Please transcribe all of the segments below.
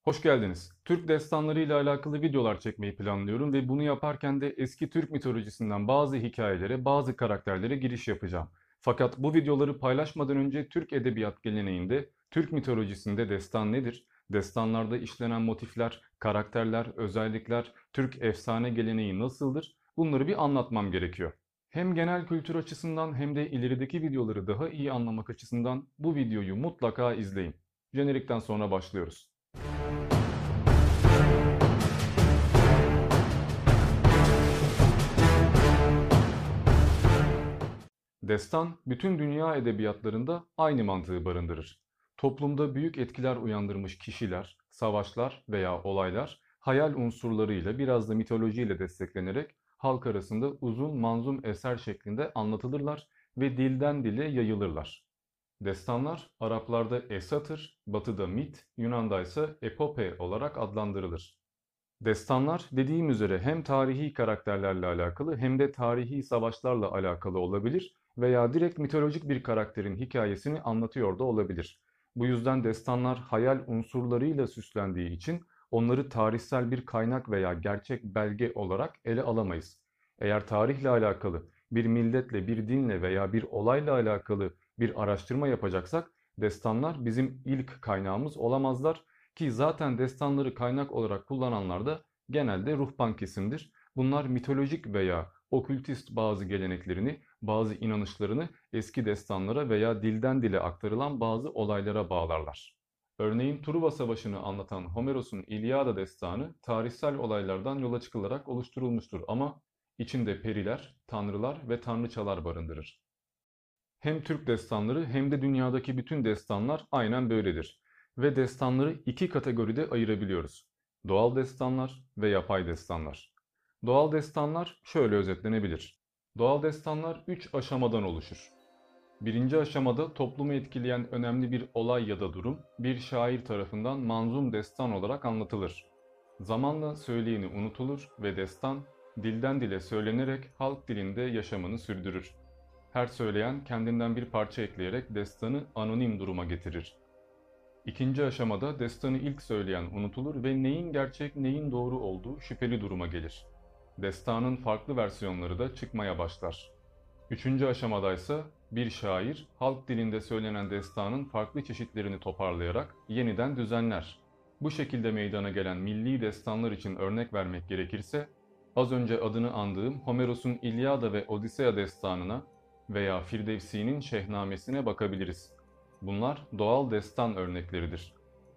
Hoş geldiniz. Türk destanları ile alakalı videolar çekmeyi planlıyorum ve bunu yaparken de eski Türk mitolojisinden bazı hikayelere, bazı karakterlere giriş yapacağım. Fakat bu videoları paylaşmadan önce Türk edebiyat geleneğinde, Türk mitolojisinde destan nedir? Destanlarda işlenen motifler, karakterler, özellikler, Türk efsane geleneği nasıldır? Bunları bir anlatmam gerekiyor. Hem genel kültür açısından hem de ilerideki videoları daha iyi anlamak açısından bu videoyu mutlaka izleyin. Jenerikten sonra başlıyoruz. Destan, bütün dünya edebiyatlarında aynı mantığı barındırır. Toplumda büyük etkiler uyandırmış kişiler, savaşlar veya olaylar hayal unsurlarıyla biraz da mitolojiyle desteklenerek halk arasında uzun manzum eser şeklinde anlatılırlar ve dilden dile yayılırlar. Destanlar Araplarda esatır, Batı'da mit, Yunan'da ise epope olarak adlandırılır. Destanlar dediğim üzere hem tarihi karakterlerle alakalı hem de tarihi savaşlarla alakalı olabilir veya direkt mitolojik bir karakterin hikayesini anlatıyor da olabilir. Bu yüzden destanlar hayal unsurlarıyla süslendiği için onları tarihsel bir kaynak veya gerçek belge olarak ele alamayız. Eğer tarihle alakalı, bir milletle, bir dinle veya bir olayla alakalı bir araştırma yapacaksak destanlar bizim ilk kaynağımız olamazlar ki zaten destanları kaynak olarak kullananlar da genelde ruhban kesimdir. Bunlar mitolojik veya okültist bazı geleneklerini, bazı inanışlarını eski destanlara veya dilden dile aktarılan bazı olaylara bağlarlar. Örneğin Truva Savaşı'nı anlatan Homeros'un İlyada destanı tarihsel olaylardan yola çıkılarak oluşturulmuştur ama içinde periler, tanrılar ve tanrıçalar barındırır. Hem Türk destanları hem de dünyadaki bütün destanlar aynen böyledir. Ve destanları iki kategoride ayırabiliyoruz. Doğal destanlar ve yapay destanlar. Doğal destanlar şöyle özetlenebilir. Doğal destanlar 3 aşamadan oluşur. Birinci aşamada toplumu etkileyen önemli bir olay ya da durum bir şair tarafından manzum destan olarak anlatılır. Zamanla söyleyeni unutulur ve destan dilden dile söylenerek halk dilinde yaşamını sürdürür. Her söyleyen kendinden bir parça ekleyerek destanı anonim duruma getirir. İkinci aşamada destanı ilk söyleyen unutulur ve neyin gerçek neyin doğru olduğu şüpheli duruma gelir. Destanın farklı versiyonları da çıkmaya başlar. Üçüncü aşamada ise bir şair halk dilinde söylenen destanın farklı çeşitlerini toparlayarak yeniden düzenler. Bu şekilde meydana gelen milli destanlar için örnek vermek gerekirse, az önce adını andığım Homeros'un İlyada ve Odisea destanına veya Firdevsi'nin Şehnamesine bakabiliriz. Bunlar doğal destan örnekleridir.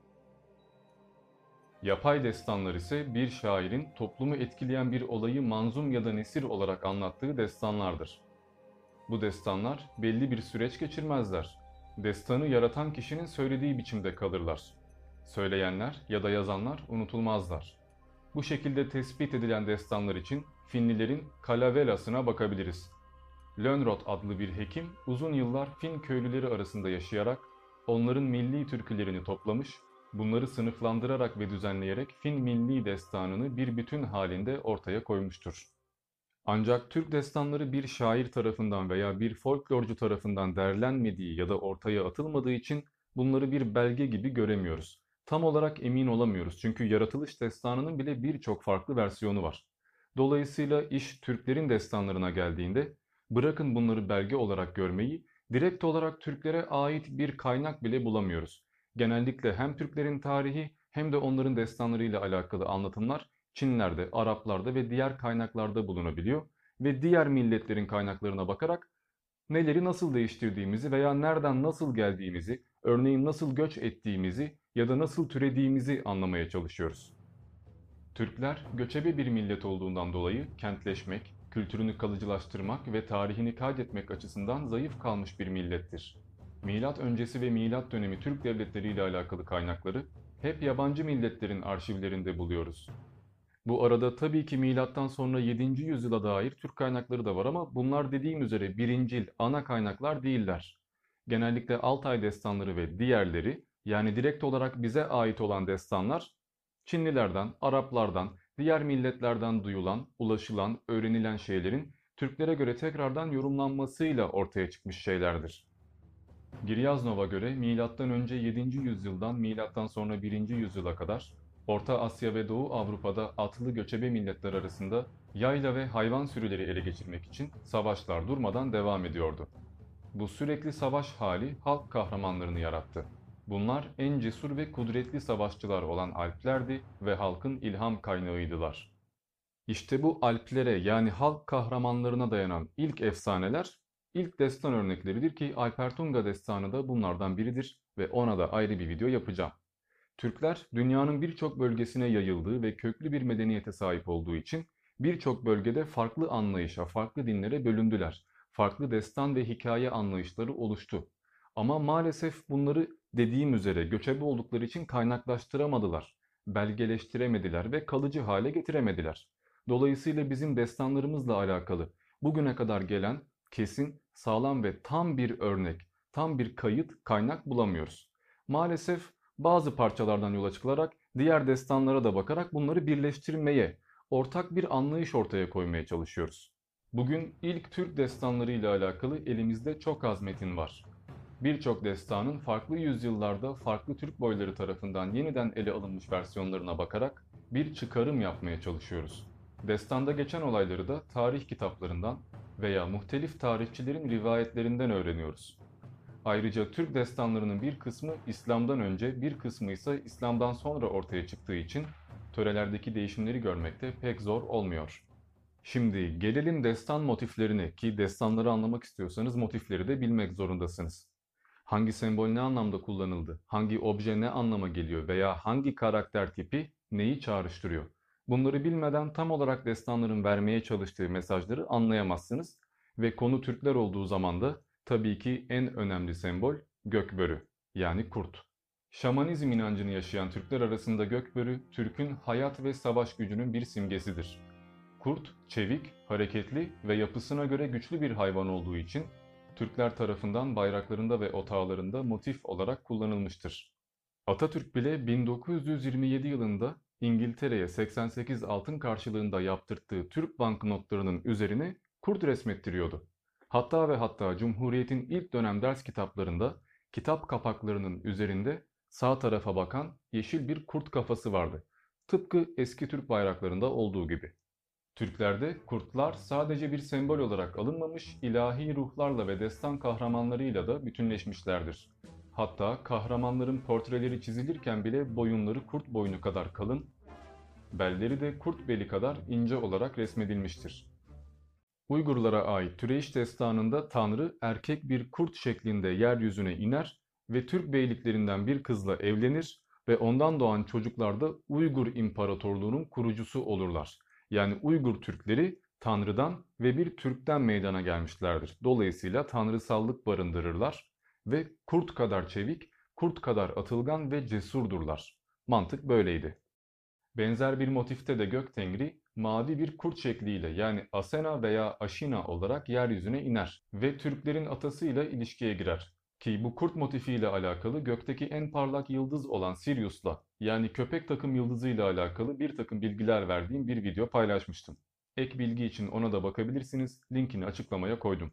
Yapay destanlar ise bir şairin toplumu etkileyen bir olayı manzum ya da nesir olarak anlattığı destanlardır. Bu destanlar belli bir süreç geçirmezler. Destanı yaratan kişinin söylediği biçimde kalırlar. Söyleyenler ya da yazanlar unutulmazlar. Bu şekilde tespit edilen destanlar için Finlilerin Kalavelas'ına bakabiliriz. Lönnrot adlı bir hekim uzun yıllar Fin köylüleri arasında yaşayarak onların milli türkülerini toplamış, bunları sınıflandırarak ve düzenleyerek Fin milli destanını bir bütün halinde ortaya koymuştur. Ancak Türk destanları bir şair tarafından veya bir folklorcu tarafından derlenmediği ya da ortaya atılmadığı için bunları bir belge gibi göremiyoruz. Tam olarak emin olamıyoruz çünkü yaratılış destanının bile birçok farklı versiyonu var. Dolayısıyla iş Türklerin destanlarına geldiğinde bırakın bunları belge olarak görmeyi, direkt olarak Türklere ait bir kaynak bile bulamıyoruz. Genellikle hem Türklerin tarihi hem de onların destanlarıyla alakalı anlatımlar Çinlerde, Araplarda ve diğer kaynaklarda bulunabiliyor ve diğer milletlerin kaynaklarına bakarak neleri nasıl değiştirdiğimizi veya nereden nasıl geldiğimizi, örneğin nasıl göç ettiğimizi ya da nasıl türediğimizi anlamaya çalışıyoruz. Türkler göçebe bir millet olduğundan dolayı kentleşmek, kültürünü kalıcılaştırmak ve tarihini kaydetmek açısından zayıf kalmış bir millettir. Milat öncesi ve milat dönemi Türk devletleri ile alakalı kaynakları hep yabancı milletlerin arşivlerinde buluyoruz. Bu arada tabii ki milattan sonra 7. yüzyıla dair Türk kaynakları da var ama bunlar dediğim üzere birincil, ana kaynaklar değiller. Genellikle Altay destanları ve diğerleri yani direkt olarak bize ait olan destanlar Çinlilerden, Araplardan, diğer milletlerden duyulan, ulaşılan, öğrenilen şeylerin Türklere göre tekrardan yorumlanmasıyla ortaya çıkmış şeylerdir. Giryaznova göre M.Ö. 7. yüzyıldan M.Ö. 1. yüzyıla kadar Orta Asya ve Doğu Avrupa'da atlı göçebe milletler arasında yayla ve hayvan sürüleri ele geçirmek için savaşlar durmadan devam ediyordu. Bu sürekli savaş hali halk kahramanlarını yarattı. Bunlar en cesur ve kudretli savaşçılar olan Alplerdi ve halkın ilham kaynağıydılar. İşte bu Alplere yani halk kahramanlarına dayanan ilk efsaneler, ilk destan örnekleridir ki Alpertunga destanı da bunlardan biridir ve ona da ayrı bir video yapacağım. Türkler dünyanın birçok bölgesine yayıldığı ve köklü bir medeniyete sahip olduğu için birçok bölgede farklı anlayışa, farklı dinlere bölündüler. Farklı destan ve hikaye anlayışları oluştu. Ama maalesef bunları dediğim üzere göçebe oldukları için kaynaklaştıramadılar, belgeleştiremediler ve kalıcı hale getiremediler. Dolayısıyla bizim destanlarımızla alakalı bugüne kadar gelen kesin, sağlam ve tam bir örnek, tam bir kayıt, kaynak bulamıyoruz. Maalesef bazı parçalardan yola çıkılarak diğer destanlara da bakarak bunları birleştirmeye, ortak bir anlayış ortaya koymaya çalışıyoruz. Bugün ilk Türk destanları ile alakalı elimizde çok az metin var. Birçok destanın farklı yüzyıllarda farklı Türk boyları tarafından yeniden ele alınmış versiyonlarına bakarak bir çıkarım yapmaya çalışıyoruz. Destanda geçen olayları da tarih kitaplarından veya muhtelif tarihçilerin rivayetlerinden öğreniyoruz. Ayrıca Türk destanlarının bir kısmı İslam'dan önce, bir kısmı ise İslam'dan sonra ortaya çıktığı için törelerdeki değişimleri görmek de pek zor olmuyor. Şimdi gelelim destan motiflerine ki destanları anlamak istiyorsanız motifleri de bilmek zorundasınız. Hangi sembol ne anlamda kullanıldı, hangi obje ne anlama geliyor veya hangi karakter tipi neyi çağrıştırıyor? Bunları bilmeden tam olarak destanların vermeye çalıştığı mesajları anlayamazsınız ve konu Türkler olduğu zaman da tabii ki en önemli sembol gökbörü yani kurt. Şamanizm inancını yaşayan Türkler arasında gökbörü, Türk'ün hayat ve savaş gücünün bir simgesidir. Kurt, çevik, hareketli ve yapısına göre güçlü bir hayvan olduğu için Türkler tarafından bayraklarında ve otağlarında motif olarak kullanılmıştır. Atatürk bile 1927 yılında İngiltere'ye 88 altın karşılığında yaptırttığı Türk banknotlarının üzerine kurt resmettiriyordu. Hatta ve hatta Cumhuriyet'in ilk dönem ders kitaplarında kitap kapaklarının üzerinde sağ tarafa bakan yeşil bir kurt kafası vardı. Tıpkı eski Türk bayraklarında olduğu gibi. Türklerde kurtlar sadece bir sembol olarak alınmamış, ilahi ruhlarla ve destan kahramanlarıyla da bütünleşmişlerdir. Hatta kahramanların portreleri çizilirken bile boyunları kurt boynu kadar kalın, belleri de kurt beli kadar ince olarak resmedilmiştir. Uygurlara ait Türeyiş destanında Tanrı erkek bir kurt şeklinde yeryüzüne iner ve Türk beyliklerinden bir kızla evlenir ve ondan doğan çocuklar da Uygur İmparatorluğu'nun kurucusu olurlar. Yani Uygur Türkleri Tanrı'dan ve bir Türk'ten meydana gelmişlerdir. Dolayısıyla tanrısallık barındırırlar ve kurt kadar çevik, kurt kadar atılgan ve cesurdurlar. Mantık böyleydi. Benzer bir motifte de Göktengri mavi bir kurt şekliyle yani Asena veya Aşina olarak yeryüzüne iner ve Türklerin atasıyla ilişkiye girer. Ki bu kurt motifiyle alakalı gökteki en parlak yıldız olan Sirius'la yani köpek takım yıldızıyla alakalı bir takım bilgiler verdiğim bir video paylaşmıştım. Ek bilgi için ona da bakabilirsiniz. Linkini açıklamaya koydum.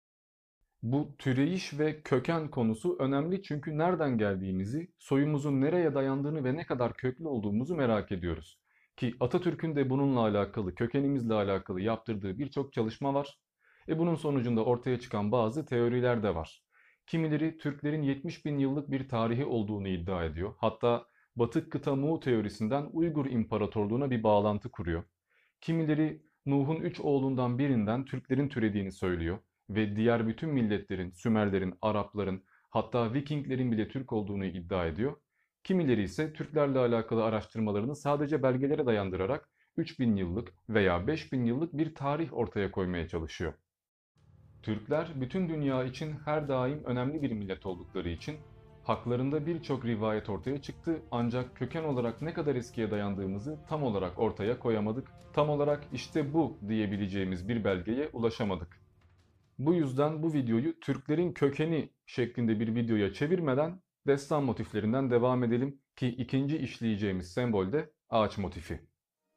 Bu türeyiş ve köken konusu önemli çünkü nereden geldiğimizi, soyumuzun nereye dayandığını ve ne kadar köklü olduğumuzu merak ediyoruz. Ki Atatürk'ün de bununla alakalı, kökenimizle alakalı yaptırdığı birçok çalışma var. Bunun sonucunda ortaya çıkan bazı teoriler de var. Kimileri Türklerin 70 bin yıllık bir tarihi olduğunu iddia ediyor. Hatta Batık kıta Mu teorisinden Uygur İmparatorluğu'na bir bağlantı kuruyor. Kimileri Nuh'un 3 oğlundan birinden Türklerin türediğini söylüyor ve diğer bütün milletlerin, Sümerlerin, Arapların, hatta Vikinglerin bile Türk olduğunu iddia ediyor. Kimileri ise Türklerle alakalı araştırmalarını sadece belgelere dayandırarak 3000 yıllık veya 5000 yıllık bir tarih ortaya koymaya çalışıyor. Türkler bütün dünya için her daim önemli bir millet oldukları için haklarında birçok rivayet ortaya çıktı ancak köken olarak ne kadar eskiye dayandığımızı tam olarak ortaya koyamadık. Tam olarak işte bu diyebileceğimiz bir belgeye ulaşamadık. Bu yüzden bu videoyu Türklerin kökeni şeklinde bir videoya çevirmeden destan motiflerinden devam edelim ki ikinci işleyeceğimiz sembol de ağaç motifi.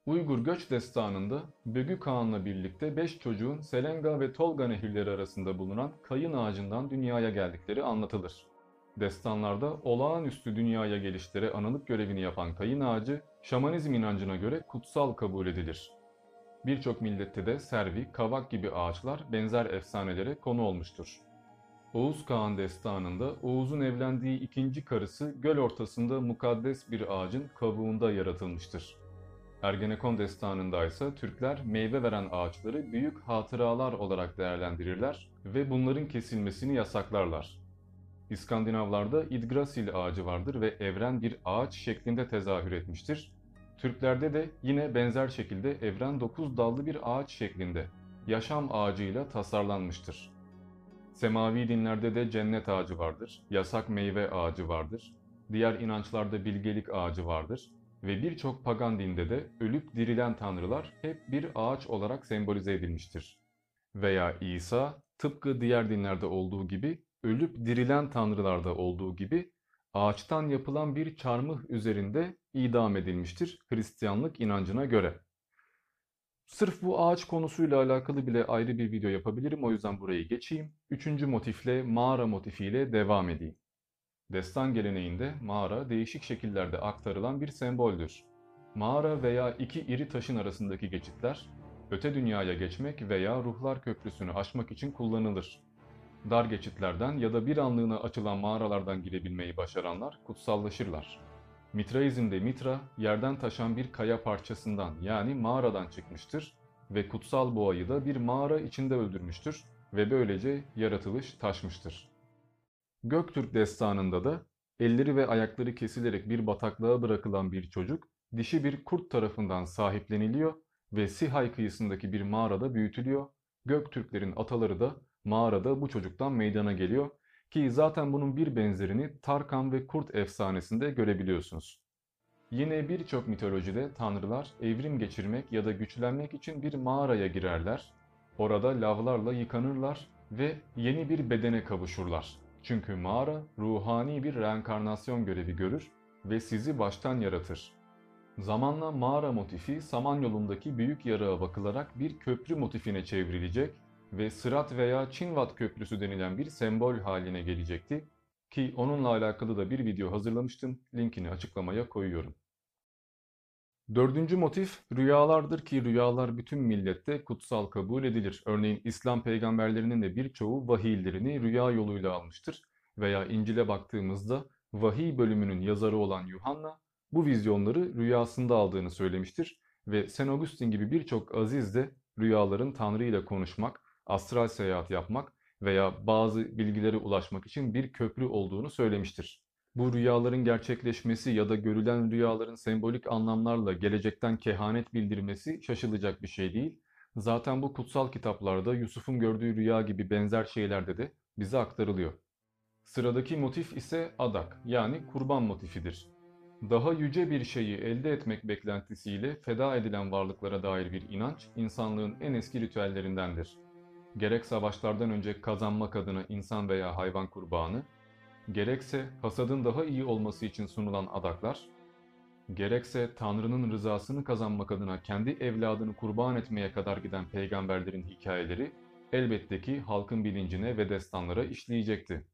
Uygur Göç Destanı'nda Bögü Kağan'la birlikte 5 çocuğun Selenga ve Tolga nehirleri arasında bulunan kayın ağacından dünyaya geldikleri anlatılır. Destanlarda olağanüstü dünyaya gelişlere anılık görevini yapan kayın ağacı, şamanizm inancına göre kutsal kabul edilir. Birçok millette de servi, kavak gibi ağaçlar benzer efsanelere konu olmuştur. Oğuz Kağan Destanı'nda Oğuz'un evlendiği ikinci karısı göl ortasında mukaddes bir ağacın kavuğunda yaratılmıştır. Ergenekon Destanı'nda ise Türkler meyve veren ağaçları büyük hatıralar olarak değerlendirirler ve bunların kesilmesini yasaklarlar. İskandinavlarda Yggdrasil ağacı vardır ve evren bir ağaç şeklinde tezahür etmiştir. Türklerde de yine benzer şekilde evren 9 dallı bir ağaç şeklinde, yaşam ağacıyla tasarlanmıştır. Semavi dinlerde de cennet ağacı vardır, yasak meyve ağacı vardır, diğer inançlarda bilgelik ağacı vardır ve birçok pagan dinde de ölüp dirilen tanrılar hep bir ağaç olarak sembolize edilmiştir. Veya İsa, tıpkı diğer dinlerde olduğu gibi, ölüp dirilen tanrılarda olduğu gibi ağaçtan yapılan bir çarmıh üzerinde idam edilmiştir Hristiyanlık inancına göre. Sırf bu ağaç konusuyla alakalı bile ayrı bir video yapabilirim, o yüzden burayı geçeyim. Üçüncü motifle, mağara motifiyle devam edeyim. Destan geleneğinde mağara değişik şekillerde aktarılan bir semboldür. Mağara veya iki iri taşın arasındaki geçitler, öte dünyaya geçmek veya ruhlar köprüsünü aşmak için kullanılır. Dar geçitlerden ya da bir anlığına açılan mağaralardan girebilmeyi başaranlar kutsallaşırlar. Mitraizmde Mitra, yerden taşan bir kaya parçasından yani mağaradan çıkmıştır ve kutsal boğayı da bir mağara içinde öldürmüştür ve böylece yaratılış taşmıştır. Göktürk destanında da elleri ve ayakları kesilerek bir bataklığa bırakılan bir çocuk, dişi bir kurt tarafından sahipleniliyor ve Sihay kıyısındaki bir mağarada büyütülüyor. Göktürklerin ataları da mağarada bu çocuktan meydana geliyor ki zaten bunun bir benzerini Tarkan ve Kurt efsanesinde görebiliyorsunuz. Yine birçok mitolojide tanrılar evrim geçirmek ya da güçlenmek için bir mağaraya girerler. Orada lavlarla yıkanırlar ve yeni bir bedene kavuşurlar. Çünkü mağara ruhani bir reenkarnasyon görevi görür ve sizi baştan yaratır. Zamanla mağara motifi Samanyolu'ndaki büyük yarığa bakılarak bir köprü motifine çevrilecek ve Sırat veya Çinvat Köprüsü denilen bir sembol haline gelecekti ki onunla alakalı da bir video hazırlamıştım. Linkini açıklamaya koyuyorum. Dördüncü motif rüyalardır ki rüyalar bütün millette kutsal kabul edilir. Örneğin İslam peygamberlerinin de birçoğu vahiylerini rüya yoluyla almıştır. Veya İncil'e baktığımızda vahiy bölümünün yazarı olan Yuhanna bu vizyonları rüyasında aldığını söylemiştir. Ve Saint Augustine gibi birçok aziz de rüyaların Tanrı ile konuşmak, astral seyahat yapmak veya bazı bilgilere ulaşmak için bir köprü olduğunu söylemiştir. Bu rüyaların gerçekleşmesi ya da görülen rüyaların sembolik anlamlarla gelecekten kehanet bildirmesi şaşılacak bir şey değil. Zaten bu kutsal kitaplarda Yusuf'un gördüğü rüya gibi benzer şeylerde de bize aktarılıyor. Sıradaki motif ise adak yani kurban motifidir. Daha yüce bir şeyi elde etmek beklentisiyle feda edilen varlıklara dair bir inanç insanlığın en eski ritüellerindendir. Gerek savaşlardan önce kazanmak adına insan veya hayvan kurbanı, gerekse hasadın daha iyi olması için sunulan adaklar, gerekse Tanrı'nın rızasını kazanmak adına kendi evladını kurban etmeye kadar giden peygamberlerin hikayeleri elbette ki halkın bilincine ve destanlara işleyecekti.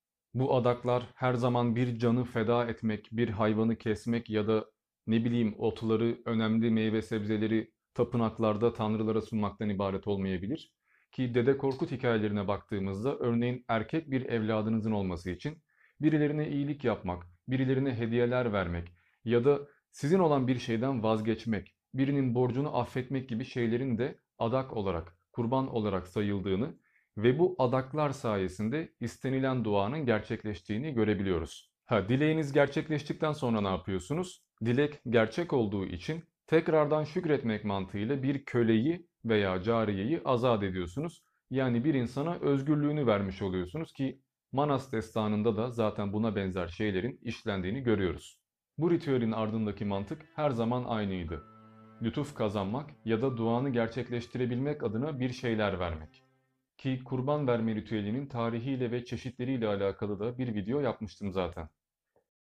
Bu adaklar her zaman bir canı feda etmek, bir hayvanı kesmek ya da ne bileyim otları, önemli meyve sebzeleri tapınaklarda tanrılara sunmaktan ibaret olmayabilir. Ki Dede Korkut hikayelerine baktığımızda örneğin erkek bir evladınızın olması için birilerine iyilik yapmak, birilerine hediyeler vermek ya da sizin olan bir şeyden vazgeçmek, birinin borcunu affetmek gibi şeylerin de adak olarak, kurban olarak sayıldığını ve bu adaklar sayesinde istenilen duanın gerçekleştiğini görebiliyoruz. Dileğiniz gerçekleştikten sonra ne yapıyorsunuz? Dilek gerçek olduğu için tekrardan şükretmek mantığıyla bir köleyi veya cariyeyi azat ediyorsunuz. Yani bir insana özgürlüğünü vermiş oluyorsunuz ki Manas destanında da zaten buna benzer şeylerin işlendiğini görüyoruz. Bu ritüelin ardındaki mantık her zaman aynıydı. Lütuf kazanmak ya da duanı gerçekleştirebilmek adına bir şeyler vermek. Ki kurban verme ritüelinin tarihiyle ve çeşitleriyle alakalı da bir video yapmıştım zaten.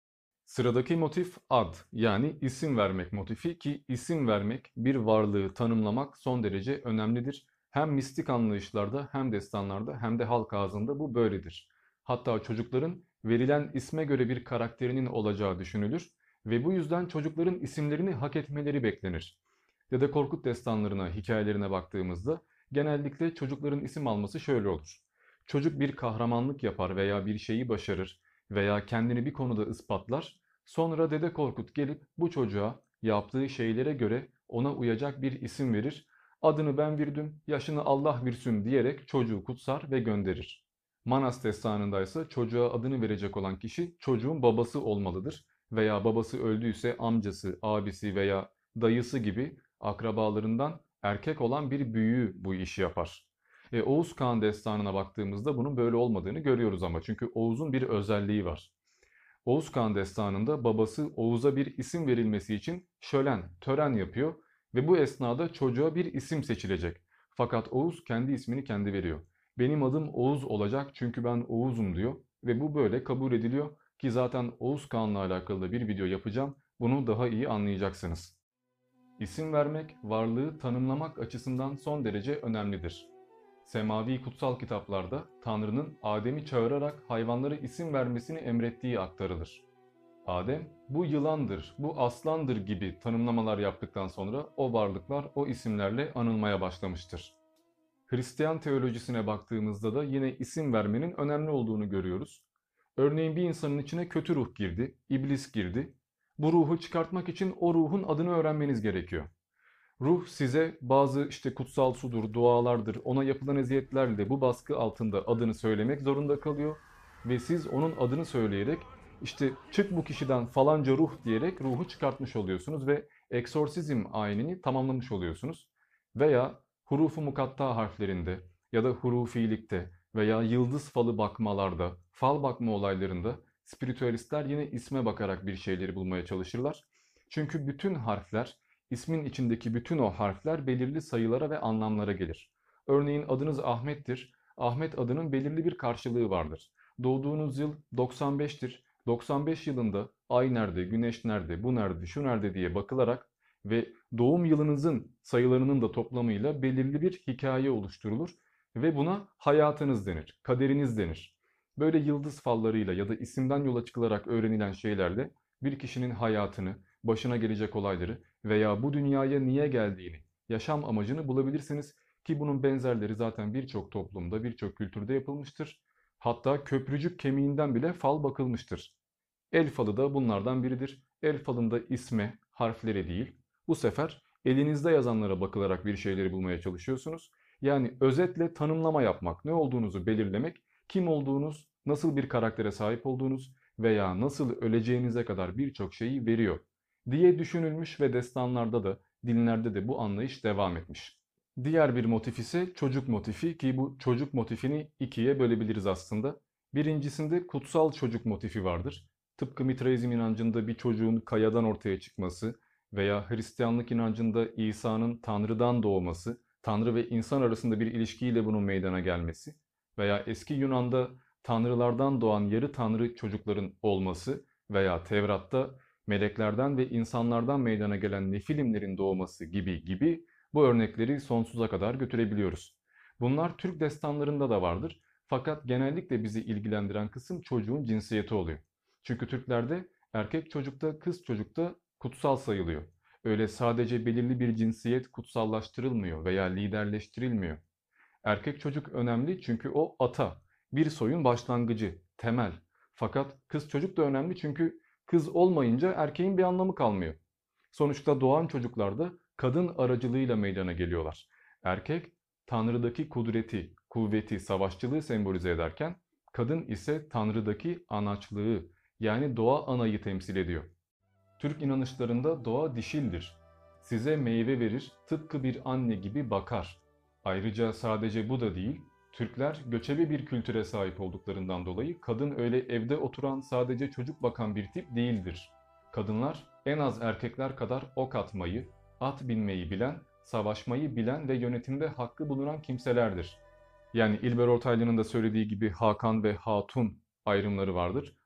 Sıradaki motif ad, yani isim vermek motifi, ki isim vermek, bir varlığı tanımlamak son derece önemlidir. Hem mistik anlayışlarda, hem destanlarda, hem de halk ağzında bu böyledir. Hatta çocukların verilen isme göre bir karakterinin olacağı düşünülür ve bu yüzden çocukların isimlerini hak etmeleri beklenir. Dede Korkut destanlarına, hikayelerine baktığımızda genellikle çocukların isim alması şöyle olur. Çocuk bir kahramanlık yapar veya bir şeyi başarır veya kendini bir konuda ispatlar. Sonra Dede Korkut gelip bu çocuğa yaptığı şeylere göre ona uyacak bir isim verir. Adını ben verdim, yaşını Allah bilsin diyerek çocuğu kutsar ve gönderir. Manas destanında ise çocuğa adını verecek olan kişi çocuğun babası olmalıdır veya babası öldüyse amcası, abisi veya dayısı gibi akrabalarından erkek olan bir büyüğü bu işi yapar. Oğuz Kağan destanına baktığımızda bunun böyle olmadığını görüyoruz ama çünkü Oğuz'un bir özelliği var. Oğuz Kağan destanında babası Oğuz'a bir isim verilmesi için şölen, tören yapıyor ve bu esnada çocuğa bir isim seçilecek. Fakat Oğuz kendi ismini kendi veriyor. Benim adım Oğuz olacak çünkü ben Oğuz'um diyor ve bu böyle kabul ediliyor ki zaten Oğuz Kağan'la alakalı da bir video yapacağım. Bunu daha iyi anlayacaksınız. İsim vermek, varlığı tanımlamak açısından son derece önemlidir. Semavi kutsal kitaplarda Tanrı'nın Adem'i çağırarak hayvanlara isim vermesini emrettiği aktarılır. Adem, bu yılandır, bu aslandır gibi tanımlamalar yaptıktan sonra o varlıklar o isimlerle anılmaya başlamıştır. Hristiyan teolojisine baktığımızda da yine isim vermenin önemli olduğunu görüyoruz. Örneğin bir insanın içine kötü ruh girdi, iblis girdi. Bu ruhu çıkartmak için o ruhun adını öğrenmeniz gerekiyor. Ruh size bazı işte kutsal sudur, dualardır, ona yapılan eziyetlerle bu baskı altında adını söylemek zorunda kalıyor. Ve siz onun adını söyleyerek işte çık bu kişiden falanca ruh diyerek ruhu çıkartmış oluyorsunuz ve eksorsizm ayinini tamamlamış oluyorsunuz. Veya hurufu mukatta harflerinde ya da hurufilikte veya yıldız falı bakmalarda, fal bakma olaylarında spiritüalistler yine isme bakarak bir şeyleri bulmaya çalışırlar. Çünkü bütün harfler, İsmin içindeki bütün o harfler belirli sayılara ve anlamlara gelir. Örneğin adınız Ahmet'tir. Ahmet adının belirli bir karşılığı vardır. Doğduğunuz yıl 95'tir. 95 yılında ay nerede, güneş nerede, bu nerede, şu nerede diye bakılarak ve doğum yılınızın sayılarının da toplamıyla belirli bir hikaye oluşturulur ve buna hayatınız denir, kaderiniz denir. Böyle yıldız fallarıyla ya da isimden yola çıkılarak öğrenilen şeylerle bir kişinin hayatını, başına gelecek olayları veya bu dünyaya niye geldiğini, yaşam amacını bulabilirsiniz ki bunun benzerleri zaten birçok toplumda, birçok kültürde yapılmıştır. Hatta köprücük kemiğinden bile fal bakılmıştır. El falı da bunlardan biridir. El falında isme, harflere değil, bu sefer elinizde yazanlara bakılarak bir şeyleri bulmaya çalışıyorsunuz. Yani özetle tanımlama yapmak, ne olduğunuzu belirlemek, kim olduğunuz, nasıl bir karaktere sahip olduğunuz veya nasıl öleceğinize kadar birçok şeyi veriyor diye düşünülmüş ve destanlarda da, dinlerde de bu anlayış devam etmiş. Diğer bir motif ise çocuk motifi ki bu çocuk motifini ikiye bölebiliriz aslında. Birincisinde kutsal çocuk motifi vardır. Tıpkı Mitraizm inancında bir çocuğun kayadan ortaya çıkması veya Hristiyanlık inancında İsa'nın Tanrı'dan doğması, Tanrı ve insan arasında bir ilişkiyle bunun meydana gelmesi veya eski Yunan'da tanrılardan doğan yarı tanrı çocukların olması veya Tevrat'ta meleklerden ve insanlardan meydana gelen nefilimlerin doğması gibi bu örnekleri sonsuza kadar götürebiliyoruz. Bunlar Türk destanlarında da vardır. Fakat genellikle bizi ilgilendiren kısım çocuğun cinsiyeti oluyor. Çünkü Türklerde erkek çocukta, kız çocukta kutsal sayılıyor. Öyle sadece belirli bir cinsiyet kutsallaştırılmıyor veya liderleştirilmiyor. Erkek çocuk önemli çünkü o ata, bir soyun başlangıcı, temel. Fakat kız çocuk da önemli çünkü kız olmayınca erkeğin bir anlamı kalmıyor. Sonuçta doğan çocuklar da kadın aracılığıyla meydana geliyorlar. Erkek Tanrı'daki kudreti, kuvveti, savaşçılığı sembolize ederken kadın ise Tanrı'daki anaçlığı yani doğa anayı temsil ediyor. Türk inanışlarında doğa dişildir. Size meyve verir, tıpkı bir anne gibi bakar. Ayrıca sadece bu da değil, Türkler göçebe bir kültüre sahip olduklarından dolayı kadın öyle evde oturan sadece çocuk bakan bir tip değildir. Kadınlar en az erkekler kadar ok atmayı, at binmeyi bilen, savaşmayı bilen ve yönetimde hakkı bulunan kimselerdir. Yani İlber Ortaylı'nın da söylediği gibi Hakan ve Hatun ayrımları vardır.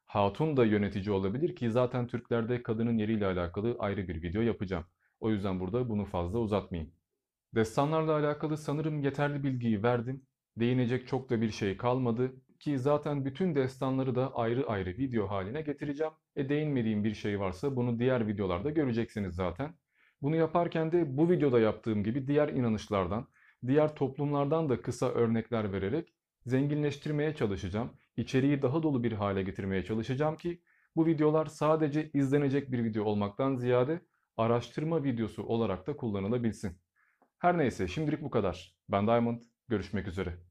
Hatun da yönetici olabilir ki zaten Türklerde kadının yeriyle alakalı ayrı bir video yapacağım. O yüzden burada bunu fazla uzatmayayım. Destanlarla alakalı sanırım yeterli bilgiyi verdim. Değinecek çok da bir şey kalmadı ki zaten bütün destanları da ayrı ayrı video haline getireceğim. Değinmediğim bir şey varsa bunu diğer videolarda göreceksiniz zaten. Bunu yaparken de bu videoda yaptığım gibi diğer inanışlardan, diğer toplumlardan da kısa örnekler vererek zenginleştirmeye çalışacağım. İçeriği daha dolu bir hale getirmeye çalışacağım ki bu videolar sadece izlenecek bir video olmaktan ziyade araştırma videosu olarak da kullanılabilsin. Her neyse şimdilik bu kadar. Ben Diamond. Görüşmek üzere.